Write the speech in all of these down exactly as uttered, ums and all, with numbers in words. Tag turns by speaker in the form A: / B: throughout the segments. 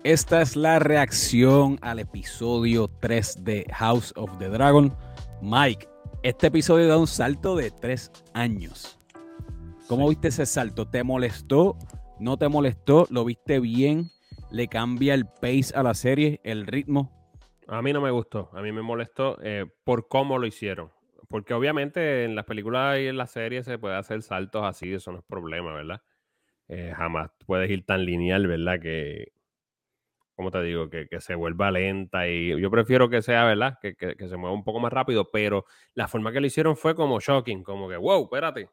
A: Esta es la reacción al episodio tres de House of the Dragon. Mike, este episodio da un salto de tres años. ¿Cómo sí. viste ese salto? ¿Te molestó? ¿No te molestó? ¿Lo viste bien? ¿Le cambia el pace a la serie, el ritmo?
B: A mí no me gustó. A mí me molestó eh, por cómo lo hicieron. Porque obviamente en las películas y en las series se puede hacer saltos así, eso no es problema, ¿verdad? Eh, jamás puedes ir tan lineal, ¿verdad? Que, ¿cómo te digo? Que, que se vuelva lenta y yo prefiero que sea, ¿verdad? Que, que, que se mueva un poco más rápido, pero la forma que lo hicieron fue como shocking, como que, wow, espérate.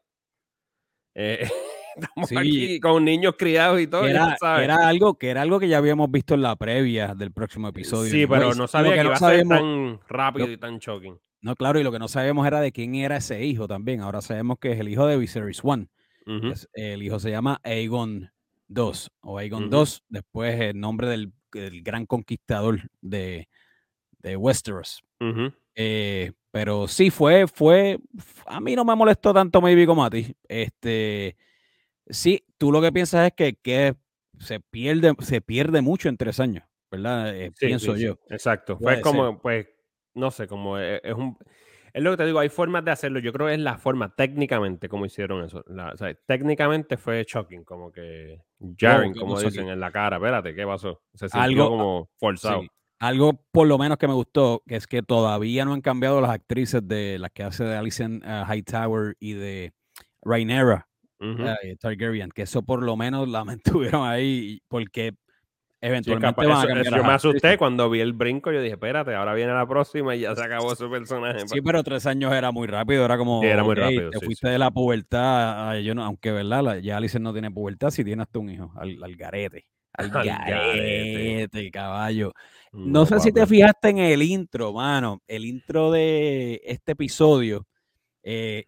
B: Eh, estamos
A: Sí,
B: aquí con niños criados y todo,
A: que
B: ya
A: era, que
B: sabes.
A: era algo que era algo que ya habíamos visto en la previa del próximo episodio.
B: Sí, pero
A: Anyways.
B: no
A: Y lo
B: sabía
A: que
B: que
A: no
B: iba a ser
A: sabemos,
B: tan rápido
A: lo,
B: y tan shocking.
A: no, claro, y lo que no sabemos era de quién era ese hijo también. Ahora sabemos que es el hijo de Viserys One.
B: Uh-huh.
A: Es, el hijo se llama Aegon dos o Aegon
B: Uh-huh.
A: dos, después el nombre del, del gran conquistador de, de Westeros.
B: Uh-huh.
A: Eh, pero sí, fue, fue, a mí no me molestó tanto maybe como a ti. Este, sí, tú lo que piensas es que, que se pierde, se pierde mucho en tres años, ¿verdad? Eh,
B: Sí,
A: pienso
B: sí, sí,
A: yo.
B: exacto. Fue
A: Puede ser.
B: como, pues, no sé, como es, es un... Es lo que te digo, hay formas de hacerlo. Yo creo que es la forma técnicamente como hicieron eso. La, o sea, técnicamente fue shocking, como que
A: Wow,
B: jarring,
A: ¿qué
B: como
A: pasó aquí?
B: dicen, en la cara. Espérate, ¿qué pasó? Se sintió
A: Algo,
B: como forzado.
A: sí, algo por lo menos que me gustó, que es que todavía no han cambiado las actrices de las que hace de Alicent uh, Hightower y de Rhaenyra
B: Uh-huh.
A: uh, Targaryen, que eso por lo menos la mantuvieron ahí, porque
B: Sí, es
A: eventualmente
B: capaz.
A: van a
B: Eso,
A: cambiar
B: eso, yo
A: las
B: me
A: actrices.
B: asusté cuando vi el brinco. Yo dije, espérate, ahora viene la próxima y ya se acabó su personaje.
A: Sí, pero tres años era muy rápido, era
B: Sí, era
A: como,
B: muy
A: ok,
B: rápido,
A: te
B: sí,
A: fuiste
B: sí,
A: de
B: sí.
A: la pubertad, a, yo no, aunque verdad, la, ya Alicent no tiene pubertad, si tiene hasta un hijo, al, al garete, al
B: Al garete.
A: garete, caballo. No
B: No,
A: sé si te
B: papi.
A: fijaste en el intro, mano, el intro de este episodio, eh,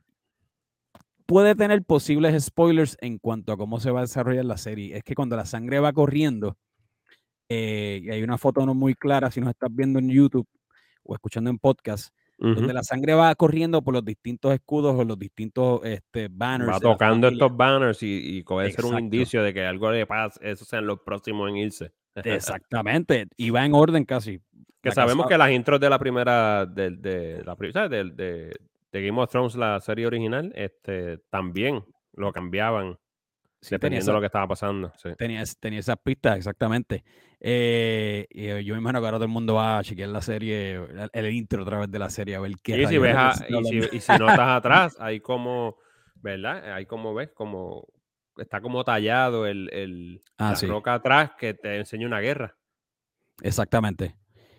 A: puede tener posibles spoilers en cuanto a cómo se va a desarrollar la serie. Es que cuando la sangre va corriendo, eh, y hay una foto no muy clara si nos estás viendo en YouTube o escuchando en podcast,
B: Uh-huh.
A: donde la sangre va corriendo por los distintos escudos o los distintos este, banners
B: Va
A: de la
B: tocando
A: familia.
B: estos banners y, y puede ser un
A: Exacto,
B: indicio de que algo le pasa, esos sean los próximos en irse.
A: exactamente. Y va en orden casi.
B: Que
A: La casa,
B: sabemos que las intros de la primera, de, de la pri- ¿sabes? De, de, de Game of Thrones, la serie original, este, también lo cambiaban
A: sí, tenía,
B: dependiendo de
A: esa,
B: lo que estaba pasando. Sí,
A: tenía, tenía esas pistas, exactamente. Eh, y yo me imagino que ahora todo el mundo va a chequear la serie, el, el intro otra vez de la serie, a ver qué
B: y si
A: rayos
B: ves
A: es lo que
B: a-
A: se está
B: y si,
A: hablando.
B: y si notas atrás, hay como, ¿verdad? Hay como ves, como está como tallado el, el,
A: Ah,
B: la
A: sí,
B: roca atrás que te enseña una guerra.
A: exactamente.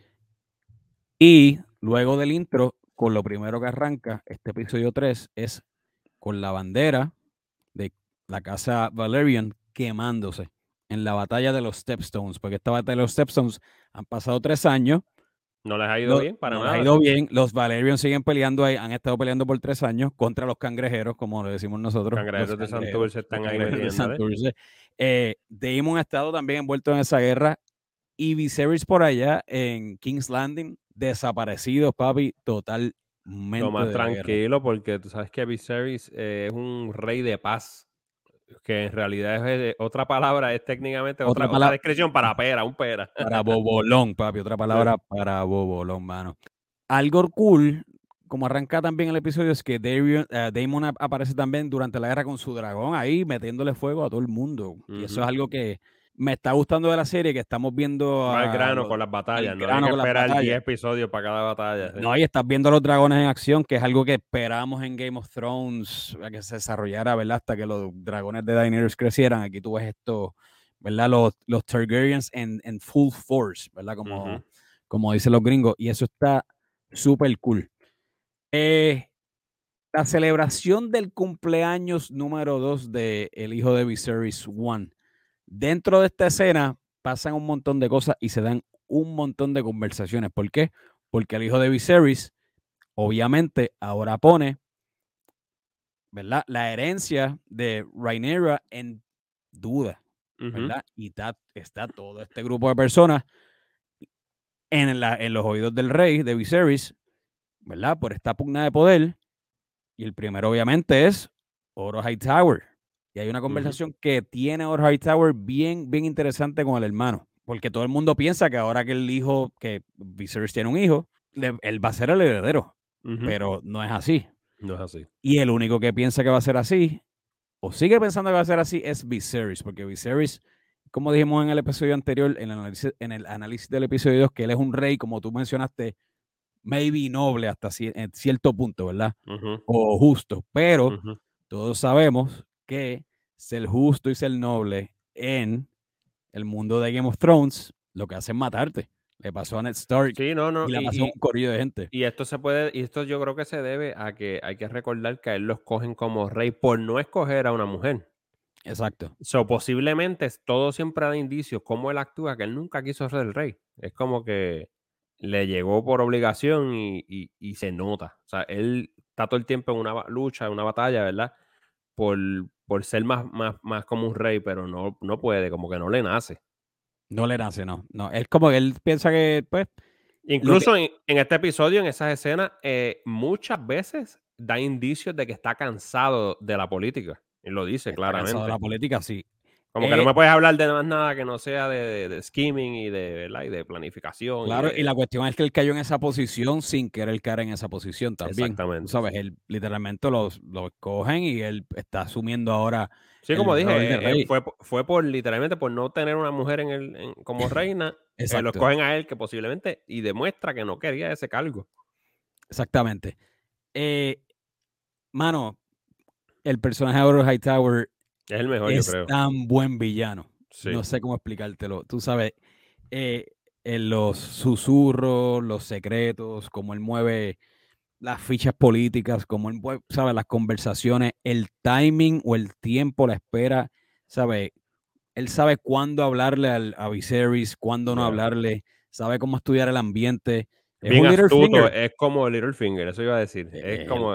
A: Y luego del intro, con lo primero que arranca este episodio tres es con la bandera de la casa Valerian quemándose en la batalla de los Stepstones, porque esta batalla de los Stepstones han pasado tres años,
B: No les ha ido
A: lo,
B: bien para
A: no les ha
B: nada.
A: ido bien, los Valerian siguen peleando ahí, han estado peleando por tres años contra los cangrejeros, como le decimos nosotros, los
B: Cangrejeros de
A: cangrejeros,
B: Santurce
A: los
B: están ahí
A: cangrejeros de
B: metiendo, ¿eh?
A: Santurce. Eh, Daemon ha estado también envuelto en esa guerra y Viserys por allá en King's Landing, desaparecido, papi, totalmente
B: Lo más
A: de la guerra.
B: tranquilo, porque tú sabes que Viserys eh, es un rey de paz, que en realidad es eh, otra palabra, es técnicamente
A: Otra
B: otra, otra
A: palabra
B: descripción para pera, un pera.
A: para bobolón, papi, otra
B: Sí.
A: palabra para bobolón, mano. Algo cool, como arranca también el episodio, es que Daemon, uh, Daemon aparece también durante la guerra con su dragón ahí, metiéndole fuego a todo el mundo. Y eso
B: Uh-huh.
A: es algo que me está gustando de la serie, que estamos viendo
B: Va al
A: a
B: grano
A: los,
B: con las
A: al
B: batallas, no hay
A: grano
B: que
A: con las
B: esperar
A: batallas.
B: diez episodios para cada batalla. Sí.
A: No, y estás viendo a los dragones en acción, que es algo que esperamos en Game of Thrones, a que se desarrollara, ¿verdad? Hasta que los dragones de Daenerys crecieran. Aquí tú ves esto, ¿verdad? Los, los Targaryens en, en full force, ¿verdad? Como,
B: Uh-huh.
A: como dicen los gringos. Y eso está súper cool. Eh, la celebración del cumpleaños número dos de el hijo de Viserys One. Dentro de esta escena pasan un montón de cosas y se dan un montón de conversaciones. ¿Por qué? Porque el hijo de Viserys obviamente ahora pone, ¿verdad? La herencia de Rhaenyra en duda,
B: Uh-huh.
A: ¿verdad? Y está, está todo este grupo de personas en, la, en los oídos del rey, de Viserys, ¿verdad? Por esta pugna de poder. Y el primero, obviamente, es Oro Hightower. Y hay una
B: Uh-huh.
A: conversación que tiene Oro Hightower bien, bien interesante con el hermano. porque todo el mundo piensa que ahora que el hijo, que Viserys tiene un hijo, le, él va a ser el heredero,
B: Ujú.
A: pero no es así.
B: No es así.
A: Y el único que piensa que va a ser así, o sigue pensando que va a ser así, es Viserys, porque Viserys, como dijimos en el episodio anterior, en el análisis, en el análisis del episodio dos, que él es un rey, como tú mencionaste, maybe noble hasta ci- en cierto punto, ¿verdad?
B: Ujú,
A: O justo, pero
B: ujú.
A: todos sabemos que ser justo y ser noble en el mundo de Game of Thrones, lo que hace es matarte. Le pasó a Ned Stark
B: Sí, no, no,
A: y le
B: y,
A: pasó a un
B: y,
A: corillo de gente.
B: y esto se puede, y esto yo creo que se debe a que hay que recordar que a él lo escogen como rey por no escoger a una mujer.
A: Exacto.
B: So, posiblemente es- todo siempre da indicios cómo él actúa, que él nunca quiso ser el rey. Es como que le llegó por obligación y, y- y se nota. O sea, él está todo el tiempo en una ba- lucha, en una batalla, ¿verdad? Por, por ser más, más, más como un rey, pero no, no puede, como que no le nace.
A: No le nace, no. No, es como que él piensa que, pues, lo que.
B: Incluso en, en este episodio, en esas escenas, eh, muchas veces da indicios de que está cansado de la política. Él lo dice
A: Está cansado de
B: claramente.
A: la política, sí.
B: Como que no
A: Eh,
B: me puedes hablar de más nada que no sea de, de, de skimming y de, ¿verdad? Y de planificación y
A: claro, y la
B: de...
A: cuestión es que él cayó en esa posición sin querer caer en esa posición también. Tú
B: Exactamente.
A: sabes, él literalmente los, lo escogen y él está asumiendo ahora
B: Sí, como
A: el
B: dije,
A: rol de
B: eh, eh,
A: rey.
B: fue, po- fue por literalmente por no tener una mujer en el, en- como reina, eh, lo
A: Exacto,
B: escogen a él que posiblemente y demuestra que no quería ese cargo.
A: exactamente. Eh, Mano, el personaje de Otto Hightower
B: Es el mejor, yo
A: es
B: creo.
A: tan buen villano.
B: Sí.
A: No sé cómo explicártelo. Tú sabes, eh, en los susurros, los secretos, cómo él mueve las fichas políticas, cómo él mueve, ¿sabes? Las conversaciones, el timing o el tiempo, la espera, ¿sabes? Él sabe cuándo hablarle al, a Viserys, cuándo no
B: Ya.
A: hablarle, sabe cómo estudiar el ambiente. Es
B: Bien
A: un
B: astuto,
A: Littlefinger.
B: es como Littlefinger, eso iba a decir.
A: Es
B: Es
A: el,
B: como,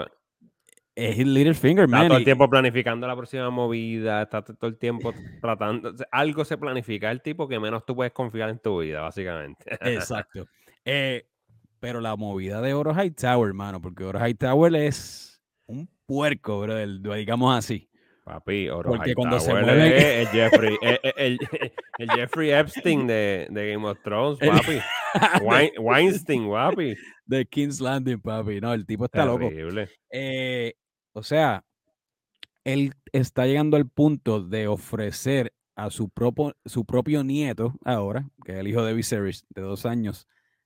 A: es el Littlefinger,
B: está
A: man.
B: todo el
A: Y,
B: tiempo planificando la próxima movida, está t- todo el tiempo tratando, o sea, algo se planifica, el tipo que menos tú puedes confiar en tu vida, básicamente.
A: exacto. Eh, pero la movida de Oro Hightower, hermano, porque Oro Hightower es un puerco, bro, digamos así.
B: Papi, Oro
A: Porque cuando se
B: Hightower
A: mueven,
B: es el Jeffrey, el, el- el Jeffrey Epstein de, de Game of Thrones,
A: el-
B: papi.
A: de,
B: Wein- Weinstein, papi.
A: de King's Landing, papi. No, el tipo está loco.
B: Terrible.
A: Eh, o sea, él está llegando al punto de ofrecer a su propio, su propio nieto, ahora, que es el hijo de Viserys, de dos años,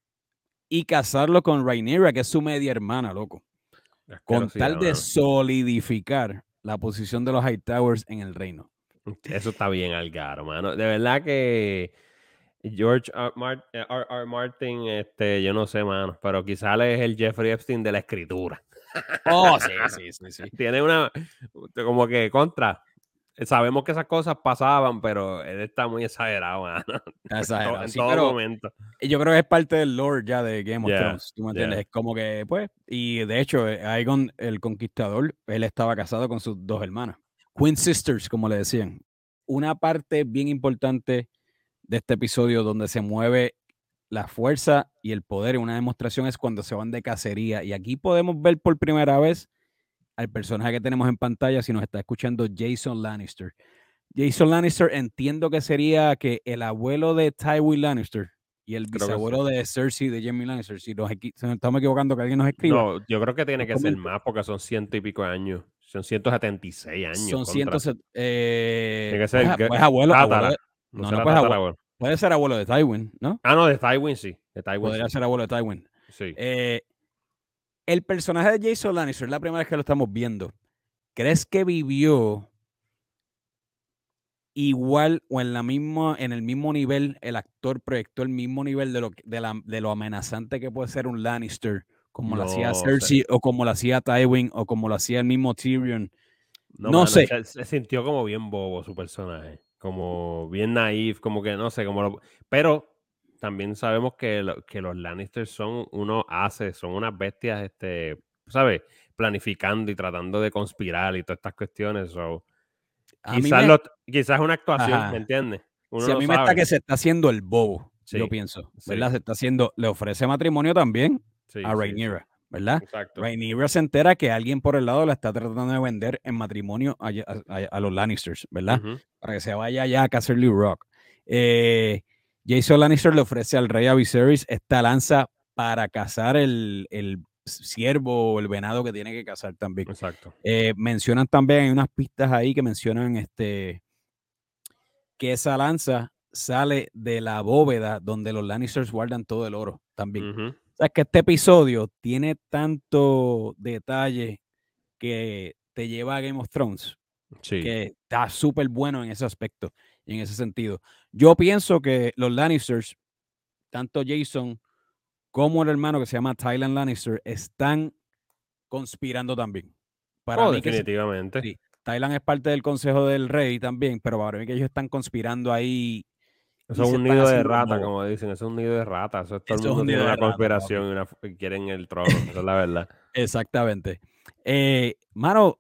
A: y casarlo con Rhaenyra, que es su media hermana, loco, con
B: Asquerosidad,
A: tal de
B: mano.
A: solidificar la posición de los Hightowers en el reino.
B: Eso está bien algaro, mano. De verdad que George R. Mart- R. R. Martin, este, yo no sé, mano, pero quizá él es el Jeffrey Epstein de la escritura.
A: Oh, sí, sí, sí, sí.
B: Tiene una, como que contra. Sabemos que esas cosas pasaban, pero él está muy exagerado, mano.
A: Está
B: En, to-
A: exagerado,
B: en
A: sí,
B: todo
A: pero
B: momento.
A: yo creo que es parte del lore ya de Game of
B: Ya,
A: Thrones, ¿tú me entiendes?
B: ya.
A: Es como que, pues, y de hecho, eh, Aegon el Conquistador, él estaba casado con sus dos hermanas, Queen Sisters, como le decían. Una parte bien importante de este episodio donde se mueve la fuerza y el poder en una demostración es cuando se van de cacería. Y aquí podemos ver por primera vez al personaje que tenemos en pantalla, si nos está escuchando, Jason Lannister. Jason Lannister entiendo que sería que el abuelo de Tywin Lannister y el
B: Creo que sí.
A: bisabuelo de Cersei de Jaime Lannister. Si nos, equi- si nos estamos equivocando, que alguien nos escriba,
B: No, yo creo que tiene
A: nos
B: que ser
A: comente.
B: más porque son ciento y pico de años. Son ciento setenta y seis años
A: Son
B: contra.
A: cientos. Eh,
B: Tiene que
A: pues,
B: ser
A: pues
B: gr-
A: abuelo, abuelo de.
B: Tátara. No
A: No, no,
B: será
A: pues abuelo.
B: tatarabuelo.
A: Puede ser abuelo de Tywin, ¿no?
B: Ah, no, de Tywin sí. De Tywin
A: Podría
B: sí.
A: ser abuelo de Tywin.
B: Sí.
A: Eh, el personaje de Jason Lannister, es la primera vez que lo estamos viendo. ¿Crees que vivió igual o en la misma, en el mismo nivel, el actor proyectó el mismo nivel de lo, de la, de lo amenazante que puede ser un Lannister, como lo hacía
B: No sé.
A: Cersei o como lo hacía Tywin o como lo hacía el mismo Tyrion?
B: No,
A: No
B: mano,
A: sé.
B: se, se sintió como bien bobo su personaje. Como bien naif, como que no sé, como lo... Pero también sabemos que, lo- que los Lannisters son unos haces, son unas bestias, este, ¿sabes? Planificando y tratando de conspirar y todas estas cuestiones. So,
A: A mí
B: quizás,
A: me,
B: lo, quizás es una actuación, ¿me
A: ajá.
B: entiendes? Uno
A: Si a
B: no
A: mí me está
B: sabe.
A: que se está haciendo el bobo, yo
B: Sí,
A: pienso,
B: sí,
A: ¿verdad? Se está haciendo, le ofrece matrimonio también
B: sí,
A: a
B: sí, sí.
A: Rhaenyra, ¿verdad?
B: Exacto.
A: Rhaenyra se entera que alguien por el lado la está tratando de vender en matrimonio a, a- a- a los Lannisters, ¿verdad?
B: Ujú.
A: Para que se vaya allá a Casterly Rock. Eh, Jason Lannister le ofrece al rey a Viserys esta lanza para cazar el, el ciervo o el venado que tiene que cazar también.
B: Exacto.
A: Eh, mencionan también, hay unas pistas ahí que mencionan este, que esa lanza sale de la bóveda donde los Lannisters guardan todo el oro también.
B: Uh-huh.
A: O sea, que este episodio tiene tanto detalle que te lleva a Game of Thrones,
B: Sí.
A: que está súper bueno en ese aspecto y en ese sentido. Yo pienso que los Lannisters, tanto Jason como el hermano que se llama Tyrion Lannister, están conspirando también. Para
B: Oh,
A: mí que
B: definitivamente.
A: sí, Tyrion es parte del consejo del rey también, pero para mí que ellos están conspirando ahí.
B: Eso es un nido de rata, como dicen, eso es un nido de rata. Eso es todo el
A: Eso es
B: mundo
A: un
B: tiene
A: nido de
B: una
A: rata,
B: conspiración
A: papi.
B: y, una, y quieren el trono, esa es la verdad.
A: Exactamente. Eh, mano,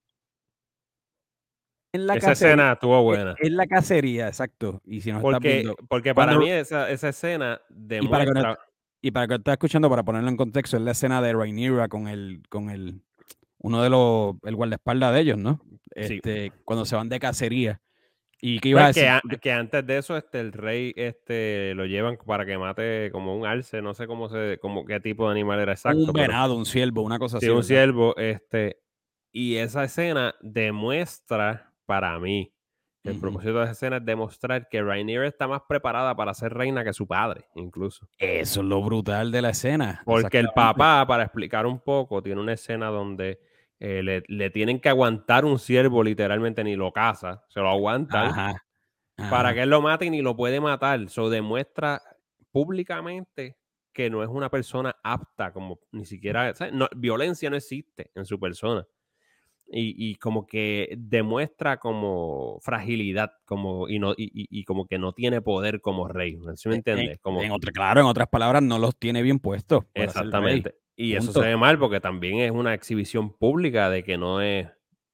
A: en la
B: Esa
A: cacería,
B: escena estuvo
A: e
B: buena.
A: en la cacería, exacto. Y si nos estás
B: Porque,
A: viendo,
B: porque para
A: cuando
B: mí esa, esa escena
A: y para que no
B: demuestra.
A: y para que estás escuchando, para ponerlo en contexto, es la escena de Rhaenyra con el con el uno de los el guardaespaldas de ellos, ¿no?
B: Sí.
A: Este, cuando se van de cacería. ¿Y qué ibas a
B: Pues que,
A: decir?
B: a-
A: Porque
B: que antes de eso, este, el rey este, lo llevan para que mate como un alce, no sé cómo se, como qué tipo de animal era
A: un
B: exacto, pero
A: venado, un ciervo, una cosa
B: sí,
A: así,
B: un
A: ¿verdad?
B: ciervo, este, y esa escena demuestra para mí, que el
A: Ujú.
B: propósito de esa escena es demostrar que Rhaenyra está más preparada para ser reina que su padre, incluso.
A: Eso es lo brutal de la escena,
B: Porque el
A: exactamente.
B: papá, para explicar un poco, tiene una escena donde eh, le, le tienen que aguantar un ciervo, literalmente, ni lo caza, se lo aguantan
A: Ajá,
B: para que
A: ajá.
B: él lo mate y ni lo puede matar. Eso demuestra públicamente que no es una persona apta, como ni siquiera, ¿sabes? No, violencia no existe en su persona. Y, y como que demuestra como fragilidad, como, y, no, y, y- y como que no tiene poder como rey. ¿Sí me
A: E en
B: entiendes? Como,
A: en otra claro, en otras palabras, no los tiene bien puestos para ser rey,
B: exactamente. Y eso se
A: punto.
B: ve mal porque también es una exhibición pública de que no es, o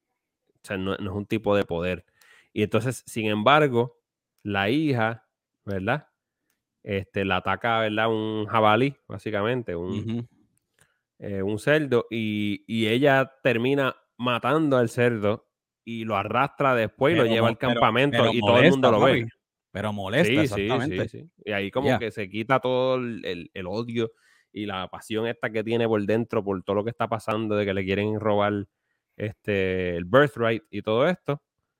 B: sea, no, no es un tipo de poder. Y entonces, sin embargo, la hija, ¿verdad? Este, la ataca, ¿verdad? Un jabalí, básicamente, un,
A: Ujú.
B: eh, un cerdo, y, y ella termina matando al cerdo y lo arrastra después y lo
A: Pero
B: lleva
A: mo
B: al
A: pero
B: campamento
A: pero
B: y todo el mundo
A: molesta,
B: lo ve.
A: papi, pero molesta,
B: Sí, sí, sí,
A: exactamente.
B: sí. Y ahí como
A: Ya.
B: que se quita todo el, el- el odio y la pasión esta que tiene por dentro por todo lo que está pasando, de que le quieren robar este, el birthright y todo esto.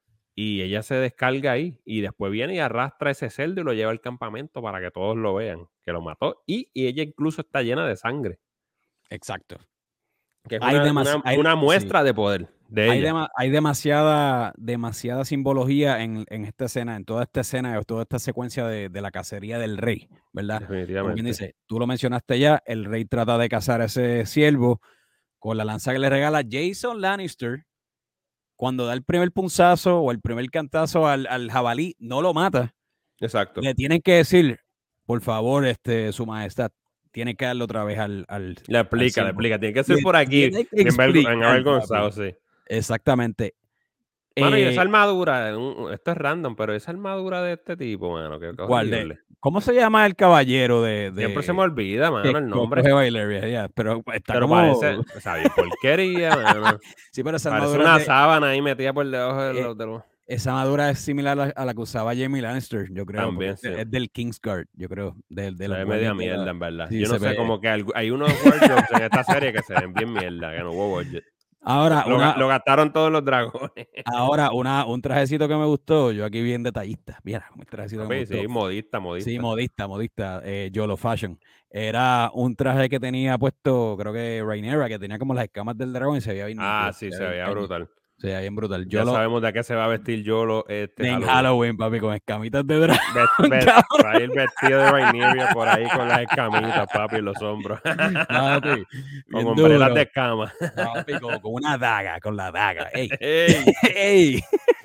B: Y ella se descarga ahí y después viene y arrastra ese cerdo y lo lleva al campamento para que todos lo vean, que lo mató. Y, y ella incluso está llena de sangre,
A: Exacto.
B: que es
A: Hay
B: una,
A: demasi
B: una,
A: hay
B: una
A: sí,
B: muestra de poder de
A: hay
B: ella.
A: dema hay demasiada demasiada simbología en en esta escena, en toda esta escena, o toda esta secuencia de de la cacería del rey, ¿verdad? Como quien
B: Definitivamente.
A: dice, tú lo mencionaste ya, el rey trata de cazar a ese ciervo con la lanza que le regala Jason Lannister. Cuando da el primer punzazo o el primer cantazo al al jabalí, no lo mata.
B: Exacto.
A: Le tienen que decir, por favor, este, su majestad, tiene que darle otra vez al, al,
B: Le
A: al
B: explica, le
A: ciervo.
B: explica. Tiene que ser
A: Le
B: por aquí,
A: tiene que
B: bien vergo- bien
A: explicar,
B: avergonzado,
A: papi.
B: sí.
A: Exactamente.
B: Mano, y esa
A: Eh,
B: armadura, un- esto es random, pero esa armadura de este tipo, mano, que, que
A: ¿Cuál de?
B: horrible.
A: ¿Cómo se llama el caballero de,
B: Siempre se me
A: de
B: olvida,
A: que
B: mano, el
A: co-
B: nombre.
A: coge Baileria? Ya, pero está
B: Pero parece,
A: como.
B: o sea, bien porquería, mano.
A: Sí, pero esa
B: Parece
A: armadura es
B: una
A: de.
B: sábana ahí metida por debajo de
A: eh,
B: los... De los...
A: esa armadura es similar a la, a la que usaba Jamie Lannister, yo creo, porque
B: También,
A: es, de-
B: sí.
A: es del Kingsguard, yo creo, de, de
B: Se
A: los
B: ve media
A: guardias de la.
B: mierda, en verdad.
A: Sí,
B: Yo no
A: se
B: sé,
A: ve.
B: como que algu- hay unos wardrobes en esta serie que se ven bien mierda, que no hubo budget. Lo,
A: Ahora,
B: lo ga-
A: una,
B: lo gastaron todos los dragones.
A: Ahora, una, un trajecito que me gustó, yo aquí bien detallista, mira, un trajecito que me
B: Papi,
A: gustó.
B: sí, modista,
A: Sí,
B: modista.
A: modista, modista, eh, Yolo Fashion. Era un traje que tenía puesto, creo que Rhaenyra, que tenía como las escamas del dragón y se veía bien
B: Ah,
A: nítido, se
B: sí,
A: veía
B: se
A: bien
B: veía
A: cañón,
B: brutal.
A: se veía bien brutal.
B: Ya
A: Yolo
B: sabemos de qué se va a vestir Yolo este
A: en
B: Halloween.
A: Halloween, papi, con escamitas de dragón,
B: Ves- ves-
A: cabrón.
B: va a ir vestido de Rhaenyra por ahí con las escamitas, papi, en los hombros.
A: Papi,
B: Con
A: bien
B: hombreras de
A: duro.
B: escama.
A: Papi, con, con una daga, con la daga. Ey,
B: ¡Ey!
A: ey.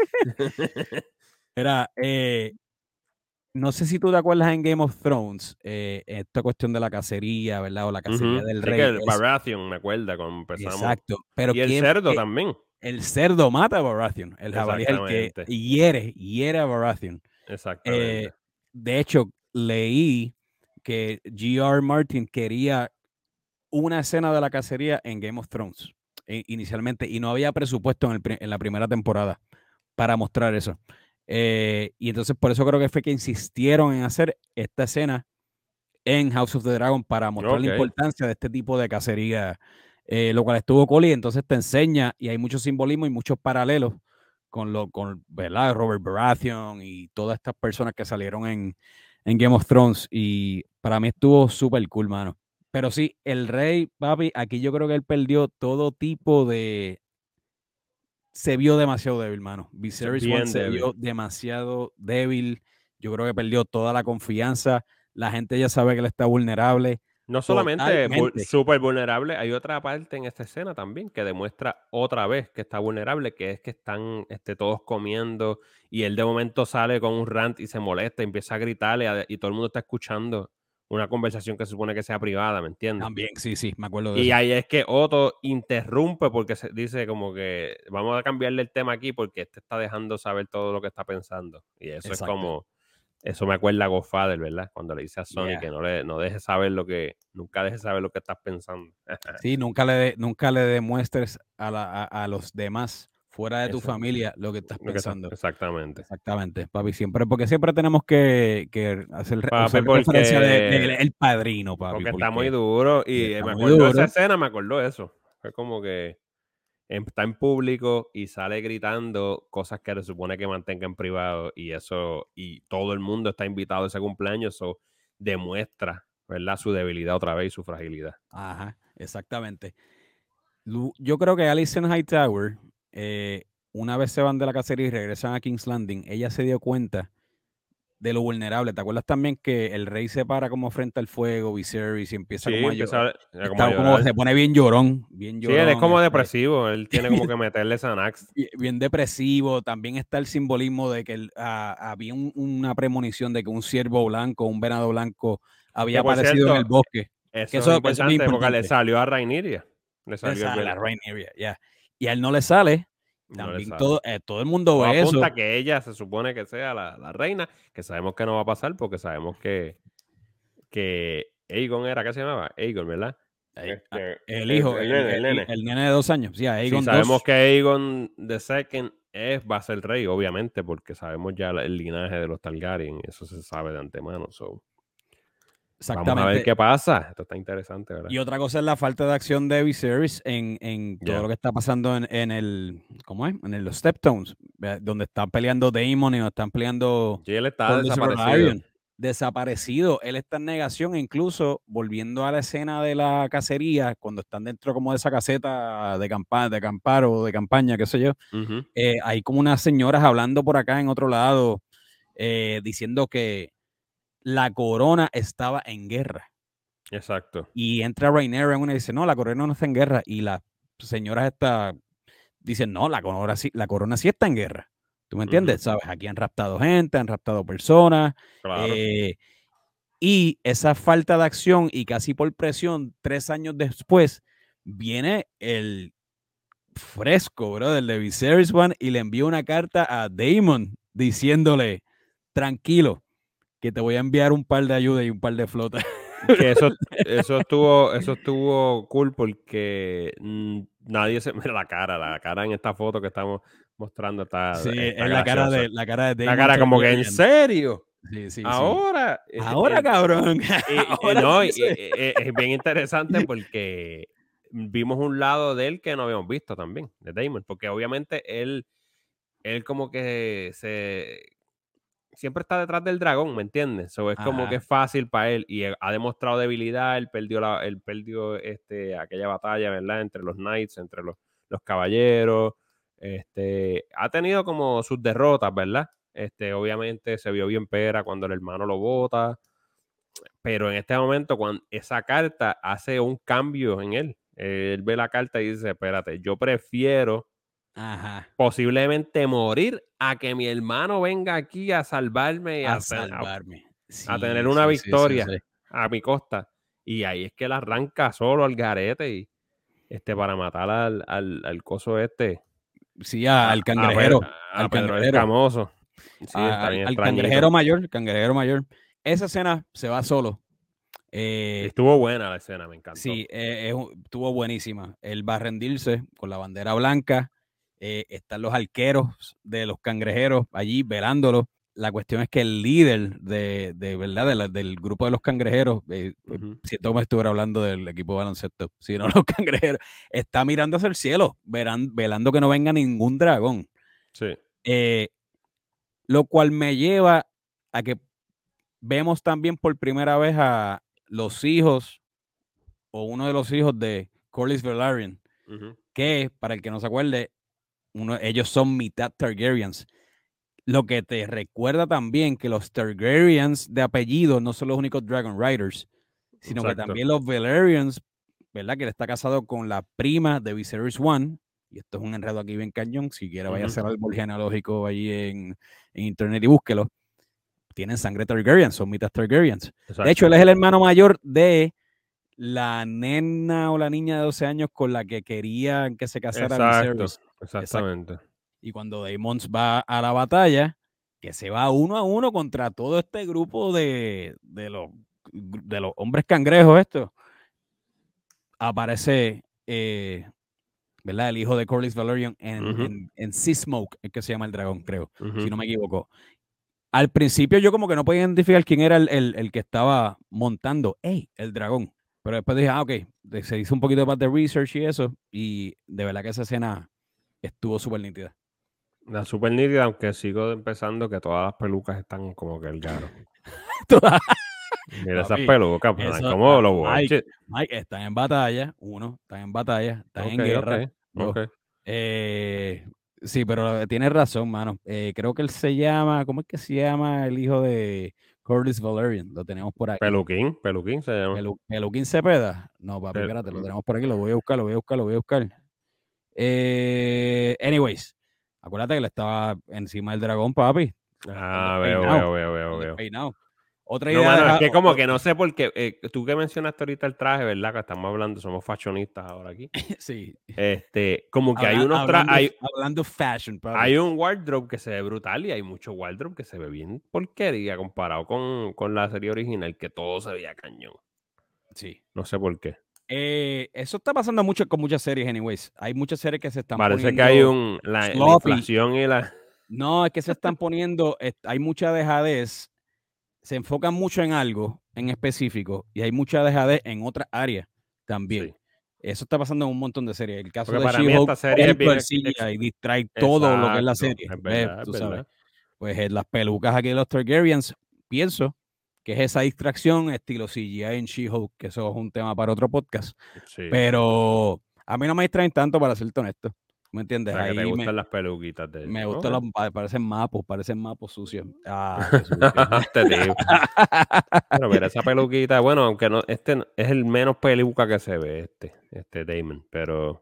A: Era, eh, no sé si tú te acuerdas en Game of Thrones, eh, esta cuestión de la cacería, ¿verdad? O la cacería
B: Ujú.
A: del
B: Sí, que
A: rey
B: el
A: es
B: Baratheon, me acuerda, cuando empezamos.
A: exacto, pero
B: Y el
A: quién
B: cerdo
A: que
B: también.
A: el cerdo mata a Baratheon, el jabalí es el que
B: Exactamente.
A: hiere, hiere a Baratheon. Eh,
B: Exactamente.
A: de hecho, leí que G R Martin quería una escena de la cacería en Game of Thrones, eh, inicialmente, y no había presupuesto en el pri en la primera temporada para mostrar eso. Eh, y entonces por eso creo que fue que insistieron en hacer esta escena en House of the Dragon para mostrar la
B: Ok.
A: importancia de este tipo de cacería, eh, lo cual estuvo cool y entonces te enseña y hay mucho simbolismo y muchos paralelos con lo con ¿verdad? Robert Baratheon y todas estas personas que salieron en, en Game of Thrones y para mí estuvo súper cool, mano. Pero sí, el rey, papi, aquí yo creo que él perdió todo tipo de... Se vio demasiado débil, mano. Viserys One
B: Bien
A: se
B: débil.
A: vio demasiado débil. Yo creo que perdió toda la confianza. La gente ya sabe que él está vulnerable.
B: No solamente vul-
A: Totalmente.
B: súper vulnerable, hay otra parte en esta escena también que demuestra otra vez que está vulnerable, que es que están este, todos comiendo y él de momento sale con un rant y se molesta, y empieza a gritarle a- y todo el mundo está escuchando una conversación que se supone que sea privada, ¿me entiendes?
A: También, sí, sí, me acuerdo de
B: Y
A: eso.
B: ahí es que Otto interrumpe porque se dice como que vamos a cambiarle el tema aquí porque este está dejando saber todo lo que está pensando. Y eso es
A: Exacto.
B: como, eso me acuerda a Godfather, ¿verdad? Cuando le dice a Sony
A: Yeah.
B: que no le no dejes saber lo que, nunca dejes saber lo que estás pensando.
A: Sí, nunca le, de- nunca le demuestres a, la- a, a los demás fuera de tu
B: Eso,
A: familia lo que estás
B: lo que está,
A: pensando.
B: exactamente.
A: Exactamente, papi. Siempre, porque siempre tenemos que, que hacer, re-
B: Papi,
A: usar referencia de, de
B: porque,
A: El Padrino, papi,
B: porque está muy
A: porque
B: duro y
A: está
B: me
A: muy
B: acordó esa
A: duro.
B: escena, me acordó eso. Fue como que en- está en público y sale gritando cosas que se supone que mantenga en privado y eso, y todo el mundo está invitado a ese cumpleaños, eso demuestra, ¿verdad? Su debilidad otra vez y su fragilidad.
A: Ajá, exactamente. Lu- Yo creo que Alicent Hightower, eh, una vez se van de la cacería y regresan a King's Landing, ella se dio cuenta de lo vulnerable. ¿Te acuerdas también que el rey se para como frente al fuego, Viserys, y empieza
B: Sí,
A: como a
B: empieza
A: llorar?
B: a, a como a
A: Está como,
B: llorar.
A: se pone bien llorón, bien
B: Sí, él es
A: llorón,
B: como
A: este,
B: depresivo, él tiene como que meterle Xanax.
A: bien, bien depresivo. También está el simbolismo de que el- ah, había un- una premonición de que un ciervo blanco, un venado blanco, había
B: Que por
A: aparecido en el
B: cierto,
A: bosque. Que
B: eso es
A: eso, eso es bien
B: importante porque le
A: importante.
B: salió a Rhaenyra. Le salió el
A: Esa,
B: ven-
A: la Rhaenyra, ya. Y a él no le sale.
B: no le
A: También
B: sale.
A: todo, eh, todo el mundo
B: Todo
A: ve
B: apunta
A: eso.
B: a que ella se supone que sea la, la reina, que sabemos que no va a pasar porque sabemos que, que Aegon era, ¿qué se llamaba? Aegon, ¿verdad?
A: Ahí, ah,
B: Este,
A: el
B: el,
A: hijo,
B: el
A: el,
B: nene, el
A: el-
B: nene.
A: el nene de dos años, sí,
B: Si
A: Aegon
B: sabemos
A: dos.
B: que Aegon the Second es, va a ser rey, obviamente, porque sabemos ya la- el linaje de los Targaryen, eso se sabe de antemano. So. Vamos a ver
A: Exactamente.
B: qué pasa. Esto está interesante, ¿verdad?
A: Y otra cosa es la falta de acción de Viserys en, en todo
B: Ya.
A: lo que está pasando en, en el, ¿cómo es? En el, los Stepstones, ¿ve? Donde están peleando Daemon y donde están peleando
B: Sí, él está
A: por los
B: desaparecido.
A: Velaryon. Desaparecido. Él está en negación e incluso volviendo a la escena de la cacería, cuando están dentro como de esa caseta de, campa de acampar o de campaña, qué sé yo,
B: Ujú.
A: eh, hay como unas señoras hablando por acá en otro lado, eh, diciendo que la corona estaba en guerra.
B: Exacto.
A: Y entra Rhaenyra en una y dice, no, la corona no está en guerra. Y las señoras esta dicen, no, la corona, sí, la corona sí está en guerra. ¿Tú me
B: Ujú.
A: entiendes? ¿Sabes? Aquí han raptado gente, han raptado personas.
B: Claro.
A: eh, y esa falta de acción y casi por presión, tres años después, viene el fresco, bro, del de Viserys One y le envía una carta a Daemon diciéndole, tranquilo, que te voy a enviar un par de ayuda y un par de flotas.
B: Que eso, eso estuvo, eso estuvo cool porque mm, nadie se mira la cara, la cara en esta foto que estamos mostrando está,
A: Sí,
B: está
A: es la cara
B: graciosa.
A: de la cara de
B: La
A: Damon
B: cara como que, ¿en
A: Targaryen.
B: serio?
A: Sí, sí, sí.
B: Ahora,
A: Ahora,
B: el-
A: cabrón.
B: y- y-
A: Ahora
B: no,
A: sí
B: y-
A: se.
B: y- y- es bien interesante porque vimos un lado de él que no habíamos visto también, de Damon, porque obviamente él, él como que se siempre está detrás del dragón, ¿me entiendes? So, es como que
A: Ajá.
B: es fácil para él y él ha demostrado debilidad, él perdió, la, él perdió este, aquella batalla, ¿verdad? Entre los knights, entre los, los caballeros, este, ha tenido como sus derrotas, ¿verdad? Este, obviamente se vio bien pera cuando el hermano lo bota, pero en este momento cuando esa carta hace un cambio en él. Él ve la carta y dice, espérate, yo prefiero
A: Ajá.
B: posiblemente morir a que mi hermano venga aquí a salvarme y
A: A
B: a, te- a-
A: salvarme.
B: a tener
A: Sí,
B: una
A: sí, sí, sí,
B: victoria
A: sí.
B: a mi costa. Y ahí es que él arranca solo al garete y este para matar al, al, al coso este,
A: Sí,
B: a,
A: al
B: a, Pe-
A: cangrejero.
B: a
A: Al
B: Pedro el
A: cangrejero.
B: Escamoso. Sí,
A: a-
B: está
A: al,
B: bien
A: al
B: extrañito.
A: cangrejero mayor. El cangrejero mayor. Esa escena se va solo. Eh,
B: Estuvo buena la escena, me encantó.
A: sí, eh, es un- estuvo buenísima. Él va a rendirse con la bandera blanca. eh, están los arqueros de los cangrejeros allí velándolos. La cuestión es que el líder de, de verdad de la, del grupo de los cangrejeros, eh,
B: Uh-huh.
A: siento que me estuviera hablando del equipo de baloncesto, sino los cangrejeros, está mirando hacia el cielo, verán, velando que no venga ningún dragón.
B: Sí.
A: Eh, lo cual me lleva a que vemos también por primera vez a los hijos o uno de los hijos de Corlys Velaryon,
B: Uh-huh.
A: que para el que no se acuerde, uno, ellos son mitad Targaryens. Lo que te recuerda también que los Targaryens de apellido no son los únicos Dragon Riders, sino
B: Exacto.
A: que también los Velaryons, ¿verdad? Que él está casado con la prima de Viserys One, y esto es un enredo aquí bien cañón, si quiere vaya uh-huh. a hacer algo genealógico ahí en, en internet y búsquelo. Tienen sangre Targaryen, son mitad Targaryens. Exacto. De hecho, él es el hermano mayor de la nena o la niña de doce años con la que querían que se casara
B: Exacto,
A: Viserys.
B: exactamente.
A: Exacto. Y cuando Daemon va a la batalla, que se va uno a uno contra todo este grupo de, de, los, de los hombres cangrejos estos, aparece, eh, ¿verdad? El hijo de Corlys Velaryon en, uh-huh. en, en Seasmoke, es que se llama el dragón, creo, uh-huh. si no me equivoco. Al principio yo como que no podía identificar quién era el, el, el que estaba montando, ¡ey! El dragón. Pero después dije, ah, ok, se hizo un poquito más de research y eso, y de verdad que esa escena estuvo súper nítida.
B: La súper nítida, aunque sigo empezando que todas las pelucas están como que el garo.
A: Todas.
B: Mira esas pelucas, pues, eso, como los
A: Mike, Mike, están en batalla, uno, están en batalla, están okay, en guerra.
B: Okay,
A: dos.
B: Okay.
A: Eh, sí, pero tienes razón, mano. Eh, creo que él se llama, ¿cómo es que se llama el hijo de Corlys Velaryon? Lo tenemos por aquí.
B: Peluquín, Peluquín se llama.
A: Pelu, Peluquín Cepeda. No, papi, Pel espérate, lo tenemos por aquí, lo voy a buscar, lo voy a buscar, lo voy a buscar. Eh, anyways, acuérdate que él estaba encima del dragón, papi.
B: Ah, veo, veo, veo, veo, veo.
A: Peinado. Otra
B: no,
A: idea.
B: Mano,
A: de...
B: es que como que no sé por qué. Eh, tú que mencionaste ahorita el traje, ¿verdad? Que estamos hablando, somos fashionistas ahora aquí.
A: Sí.
B: Este, como que
A: Habla,
B: hay unos trajes. Hay,
A: hablando fashion, papi.
B: Hay un wardrobe que se ve brutal y hay mucho wardrobe que se ve bien porquería comparado con, con la serie original, que todo se veía cañón.
A: Sí.
B: No sé por qué.
A: Eh, eso está pasando mucho con muchas series, anyways. Hay muchas series que se están
B: Parece
A: poniendo.
B: Parece que hay un. La, la inflación y la.
A: No, es que se están poniendo. Hay mucha dejadez. Se enfocan mucho en algo en específico y hay mucha dejadez en otras áreas también. Sí. Eso está pasando en un montón de series. El caso
B: Porque
A: de
B: para mí esta serie es bien
A: el C G I y distrae todo lo que es la serie.
B: Es verdad,
A: tú
B: es
A: sabes.
B: verdad.
A: Pues eh, las pelucas aquí de los Targaryens, pienso que es esa distracción estilo C G I en She-Hulk, que eso es un tema para otro podcast. Sí. Pero a mí no me distraen tanto, para serte honesto. ¿Me entiendes?
B: O sea,
A: Ahí
B: que te gustan
A: me,
B: las peluquitas de
A: Me
B: ¿no?
A: gustan los, parecen mapos, parecen mapos sucios. Ah, qué sucio.
B: Te digo. Bueno, mira, esa peluquita, bueno, aunque no, este es el menos peluca que se ve, este, este Daemon, pero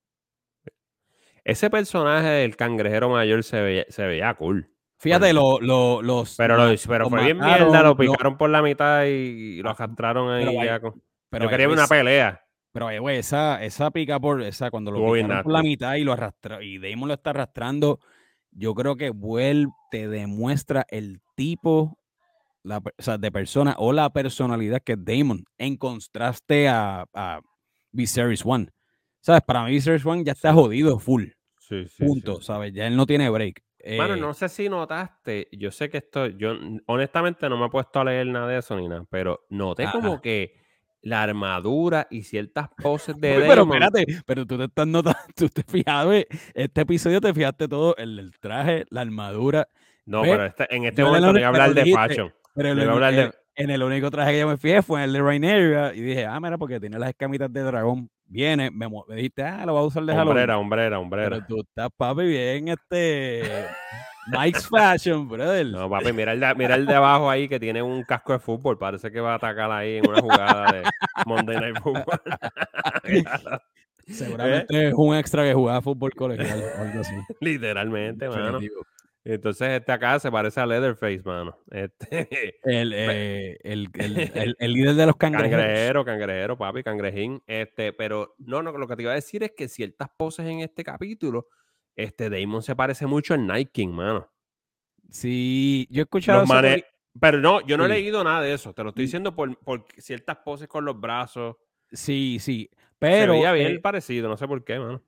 B: ese personaje del cangrejero mayor se veía, se veía cool.
A: Fíjate, lo, lo, los.
B: Pero, lo, pero fue bien mierda, lo picaron lo, por la mitad y, y lo arrastraron ahí
A: pero,
B: ya. Con,
A: pero,
B: yo quería ver una pelea.
A: Pero, güey, esa, esa pica por esa, cuando lo
B: Estuvo
A: picaron por la mitad y lo arrastró, y Daemon lo está arrastrando, yo creo que vuelve, te demuestra el tipo la, o sea, de persona o la personalidad que es Daemon, en contraste a, a Viserys One. ¿Sabes? Para mí Viserys One ya está sí. jodido full.
B: Sí, sí,
A: Punto,
B: sí.
A: ¿sabes? Ya él no tiene break.
B: Bueno,
A: eh,
B: no sé si notaste, yo sé que esto, yo honestamente no me he puesto a leer nada de eso ni nada, pero noté ah, como que la armadura y ciertas poses de
A: Uy,
B: Daemon.
A: Pero espérate, pero tú te estás notando, tú te fijaste, este episodio te fijaste todo, el, el traje, la armadura.
B: No,
A: ¿Ves?
B: pero este, en este yo momento no iba a hablar de dijiste, fashion.
A: Pero
B: no
A: iba
B: a hablar
A: el,
B: de...
A: en el único traje que yo me fijé fue en el de Rhaenyra y dije, ah, mira, porque tiene las escamitas de dragón. Viene, me, me dijiste, ah, lo voy a usar de Halloween.
B: Hombrera, hombrera, hombrera.
A: Pero tú estás, papi, bien, este... Mike's Fashion, brother.
B: No, papi, mira el, de, mira el de abajo ahí que tiene un casco de fútbol. Parece que va a atacar ahí en una jugada de Monday Night Football.
A: Seguramente ¿Eh? es un extra que jugaba fútbol colegial o algo así.
B: Literalmente, mano. Entonces, este acá se parece a Leatherface, mano. Este,
A: el, eh, el, el, el, el líder de los cangrejeros.
B: Cangrejero, cangrejero, papi, cangrejín. Este, pero no, no, lo que te iba a decir es que ciertas poses en este capítulo, este Daemon se parece mucho al Night King, mano.
A: Sí, yo he escuchado eso.
B: Porque... Pero no, yo no sí. he leído nada de eso. Te lo estoy diciendo por, por ciertas poses con los brazos.
A: Sí, sí. Pero.
B: Se veía bien eh, parecido, no sé por qué, mano.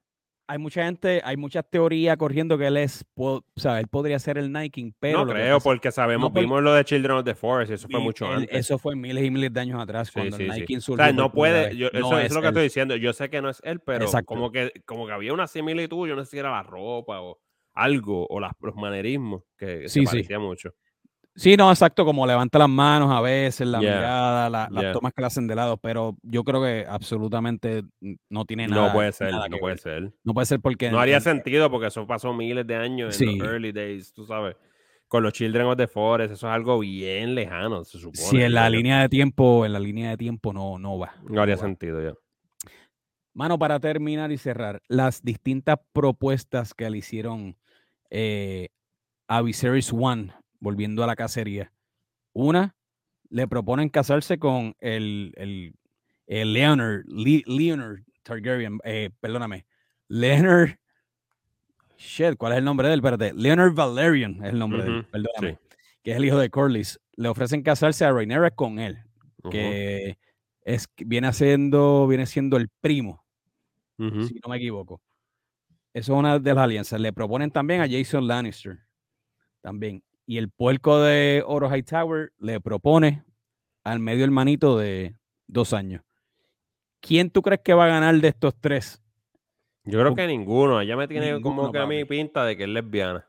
A: hay mucha gente, hay muchas teorías corriendo que él es, po- o sea, él podría ser el Night King, pero
B: No
A: lo que
B: creo,
A: pasa,
B: porque sabemos,
A: no por,
B: vimos lo de Children of the Forest y eso fue
A: mi-
B: mucho
A: él-
B: antes.
A: eso fue miles y miles de años atrás,
B: Sí,
A: cuando el
B: sí,
A: Night
B: sí.
A: King
B: O sea,
A: surgió por
B: no
A: primera
B: puede,
A: vez.
B: yo,
A: No
B: eso, eso es
A: es
B: lo que
A: él.
B: estoy diciendo. Yo sé que no es él, pero
A: Exacto.
B: como que, como que había una similitud, yo no sé si era la ropa o algo, o las, los manerismos, que se
A: Sí, sí.
B: parecía mucho.
A: Sí, no, exacto, como levanta las manos a veces, la
B: Ya,
A: mirada, la- las
B: ya.
A: tomas que le hacen de lado, pero yo creo que absolutamente no tiene
B: No
A: nada,
B: puede ser,
A: nada
B: no
A: que
B: puede
A: ver.
B: ser.
A: No puede ser porque
B: No
A: en-
B: haría
A: en-
B: sentido porque eso pasó miles de años en los
A: sí,
B: early days, tú sabes. Con los Children of the Forest, eso es algo bien lejano, se
A: si
B: supone,
A: en
B: digo
A: la
B: yo.
A: línea de tiempo, en la línea de tiempo no, no va,
B: No haría
A: no va.
B: sentido ya.
A: Mano, para terminar y cerrar, las distintas propuestas que le hicieron eh, a Viserys One, volviendo a la cacería. Una, le proponen casarse con el, el, el Leonard, Le- Leonard Targaryen, eh, perdóname, Leonard, shit, ¿cuál es el nombre de él? Espérate, Leonard Valerian es el nombre de él,
B: Ujú,
A: perdóname,
B: sí.
A: que es el hijo de Corlys. Le ofrecen casarse a Rhaenyra con él,
B: Ujú,
A: que es, viene, haciendo, viene siendo el primo,
B: ujú.
A: si no me equivoco. Eso es una de las alianzas. Le proponen también a Jason Lannister, también. Y el puerco de Oro Hightower le propone al medio hermanito de dos años. ¿Quién tú crees que va a ganar de estos tres?
B: Yo creo
A: Por
B: que ninguno. Ella me tiene como
A: ninguno,
B: que a mí
A: papi.
B: pinta de que es lesbiana.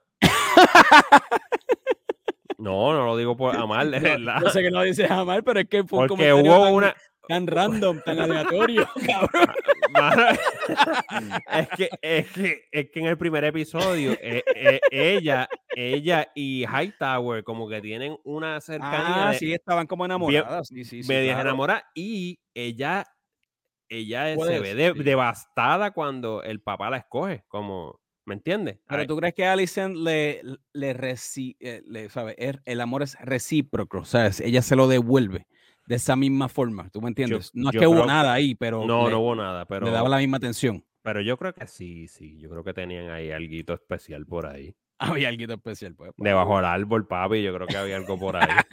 B: No, no lo digo por amar, de
A: Yo, yo
B: verdad.
A: sé que no dices jamás, pero es que fue un
B: Porque
A: comentario
B: hubo
A: tan,
B: una.
A: tan random, tan aleatorio, cabrón.
B: Ah, mano, es que, es que, es que en el primer episodio, eh, eh, ella, ella y Hightower como que tienen una cercanía
A: Ah,
B: de
A: sí, estaban como
B: bien,
A: enamoradas. Sí, sí, sí,
B: medias
A: claro.
B: enamoradas y ella, ella se ve
A: Puedes,
B: de-
A: sí.
B: devastada cuando el papá la escoge, como, ¿me entiendes?
A: Pero
B: Ay,
A: tú crees que Alicent le, le, reci- eh, le sabe, el, el amor es recíproco, ¿sabes? Ella se lo devuelve de esa misma forma, ¿tú me
B: yo,
A: entiendes? No es que
B: yo
A: hubo
B: creo,
A: nada ahí, pero
B: no, no
A: le,
B: hubo nada,
A: le daba
B: pero,
A: la misma atención.
B: pero yo creo que sí, sí, yo creo que tenían ahí alguito especial por ahí.
A: Había algo especial, pues,
B: Debajo
A: papi.
B: del árbol, papi, yo creo que había algo por ahí.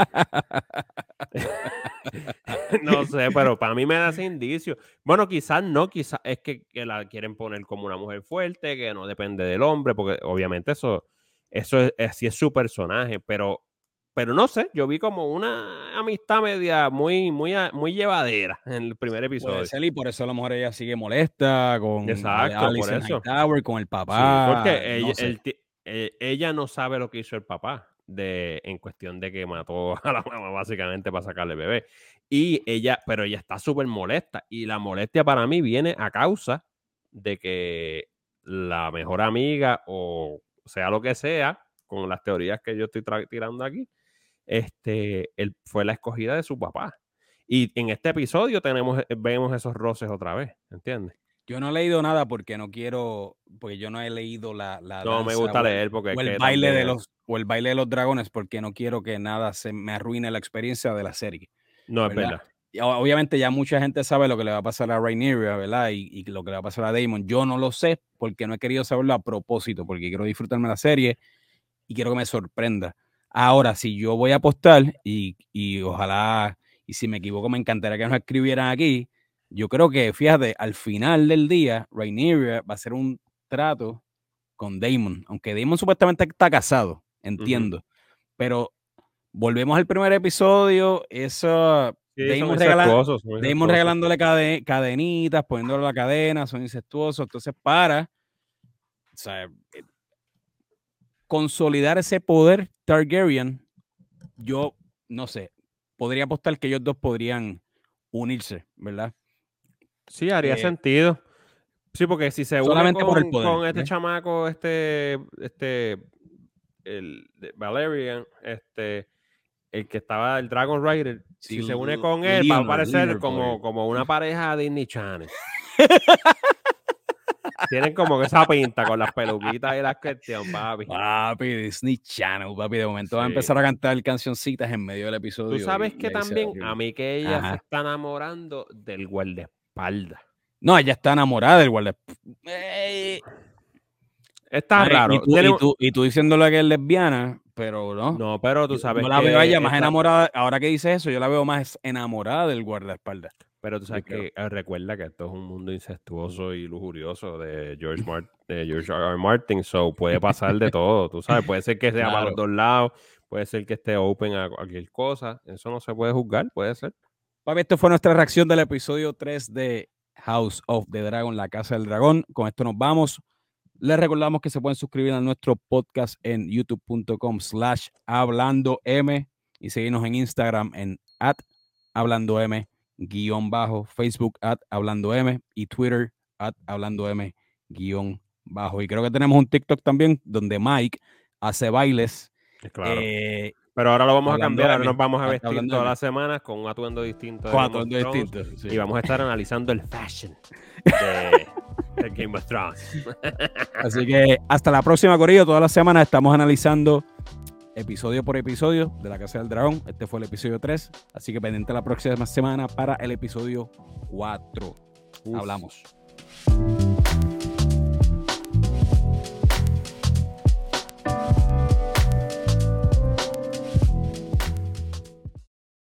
B: No sé, pero para mí me da ese indicio. Bueno, quizás no, quizás es que, que la quieren poner como una mujer fuerte, que no depende del hombre, porque obviamente eso, eso es, es- sí es su personaje, pero, pero no sé, yo vi como una amistad media muy, muy, a- muy llevadera en el primer
A: Puede
B: episodio.
A: ser, y por eso a lo mejor ella sigue molesta con Ale-
B: Exacto, por
A: Alicent
B: eso.
A: Hightower, con el
B: Sí,
A: papá,
B: porque ella,
A: no sé.
B: él ti- eh, ella no sabe lo que hizo el papá de, en cuestión de que mató a la mamá básicamente para sacarle el bebé. Y ella, pero ella está súper molesta. Y la molestia para mí viene a causa de que la mejor amiga o sea lo que sea, con las teorías que yo estoy tra- tirando aquí, este, él fue la escogida de su papá. Y en este episodio tenemos, vemos esos roces otra vez, ¿entiendes?
A: Yo no he leído nada porque no quiero, porque yo no he leído la, la
B: No me
A: danza
B: gusta
A: o el,
B: leer porque es
A: o el
B: que
A: baile de
B: también
A: los, o el baile de los dragones, porque no quiero que nada se me arruine la experiencia de la serie,
B: no es
A: ¿verdad?
B: verdad.
A: Y o- obviamente ya mucha gente sabe lo que le va a pasar a Rhaenyra, ¿verdad? Y, y lo que le va a pasar a Daemon. Yo no lo sé porque no he querido saberlo a propósito, porque quiero disfrutarme la serie y quiero que me sorprenda. Ahora, si yo voy a apostar y, y ojalá, y si me equivoco, me encantaría que nos escribieran aquí. Yo creo que, fíjate, al final del día, Rhaenyra va a hacer un trato con Daemon, aunque Daemon supuestamente está casado,
B: Ujú.
A: entiendo, pero volvemos al primer episodio, eso,
B: Sí, son
A: Daemon, regala,
B: incestuosos, son
A: Daemon
B: incestuosos.
A: regalándole cade- cadenitas, poniéndole la cadena, son incestuosos, entonces para, o sea, consolidar ese poder Targaryen, yo no sé, podría apostar que ellos dos podrían unirse, ¿verdad?
B: Sí, haría
A: Eh,
B: sentido. Sí, porque si se une
A: solamente por el
B: con,
A: poder,
B: con este
A: ¿ves?
B: chamaco, este, este, el de Valerian, este, el que estaba, el Dragon Rider,
A: Sí,
B: si se une
A: L-
B: con él, va a
A: Leonard,
B: parecer
A: Leonard Valerian.
B: como, como una pareja de Disney Channel. Tienen como que esa pinta con las peluquitas y las cuestiones, papi.
A: Papi, Disney Channel, papi, de momento va a
B: Sí.
A: empezar a cantar cancioncitas en medio del
B: Tú
A: episodio
B: sabes
A: y, y
B: que
A: ahí se
B: también
A: va.
B: a mí que ella se
A: Ajá.
B: está enamorando del guardaespaldas.
A: No, ella está enamorada del guardia. Eh,
B: Está
A: Mari, y
B: raro.
A: tú,
B: Tiene
A: y
B: un-
A: tú, y tú diciéndole que es lesbiana, pero no.
B: No, pero tú
A: Yo, yo
B: sabes
A: la veo a
B: que
A: ella más
B: esta,
A: enamorada, ahora que dice eso, yo la veo más enamorada del guardaespaldas.
B: Pero tú sabes que eh, recuerda que esto es un mundo incestuoso y lujurioso de George, Mart de George R. R. Martin, so puede pasar de todo, tú sabes, puede ser que sea claro. para los dos lados, puede ser que esté open a cualquier cosa, eso no se puede juzgar, puede ser.
A: Papi, esto fue nuestra reacción del episodio tres de House of the Dragon, La Casa del Dragón. Con esto nos vamos. Les recordamos que se pueden suscribir a nuestro podcast en youtube punto com slash hablando m y seguirnos en Instagram en at hablando m guión bajo, Facebook at hablando m y Twitter at hablando m guión bajo. Y creo que tenemos un TikTok también donde Mike hace bailes.
B: Claro. Eh, Pero ahora lo vamos a cambiar, ahora nos vamos a vestir
A: hablando
B: todas las semanas con un atuendo distinto.
A: Con atuendo distinto,
B: sí. Y vamos a estar analizando el fashion de, de Game of Thrones.
A: Así que hasta la próxima, corillo. Todas las semanas estamos analizando episodio por episodio de La Casa del Dragón. Este fue el episodio tres. Así que pendiente la próxima semana para el episodio cuatro. Uf. Hablamos.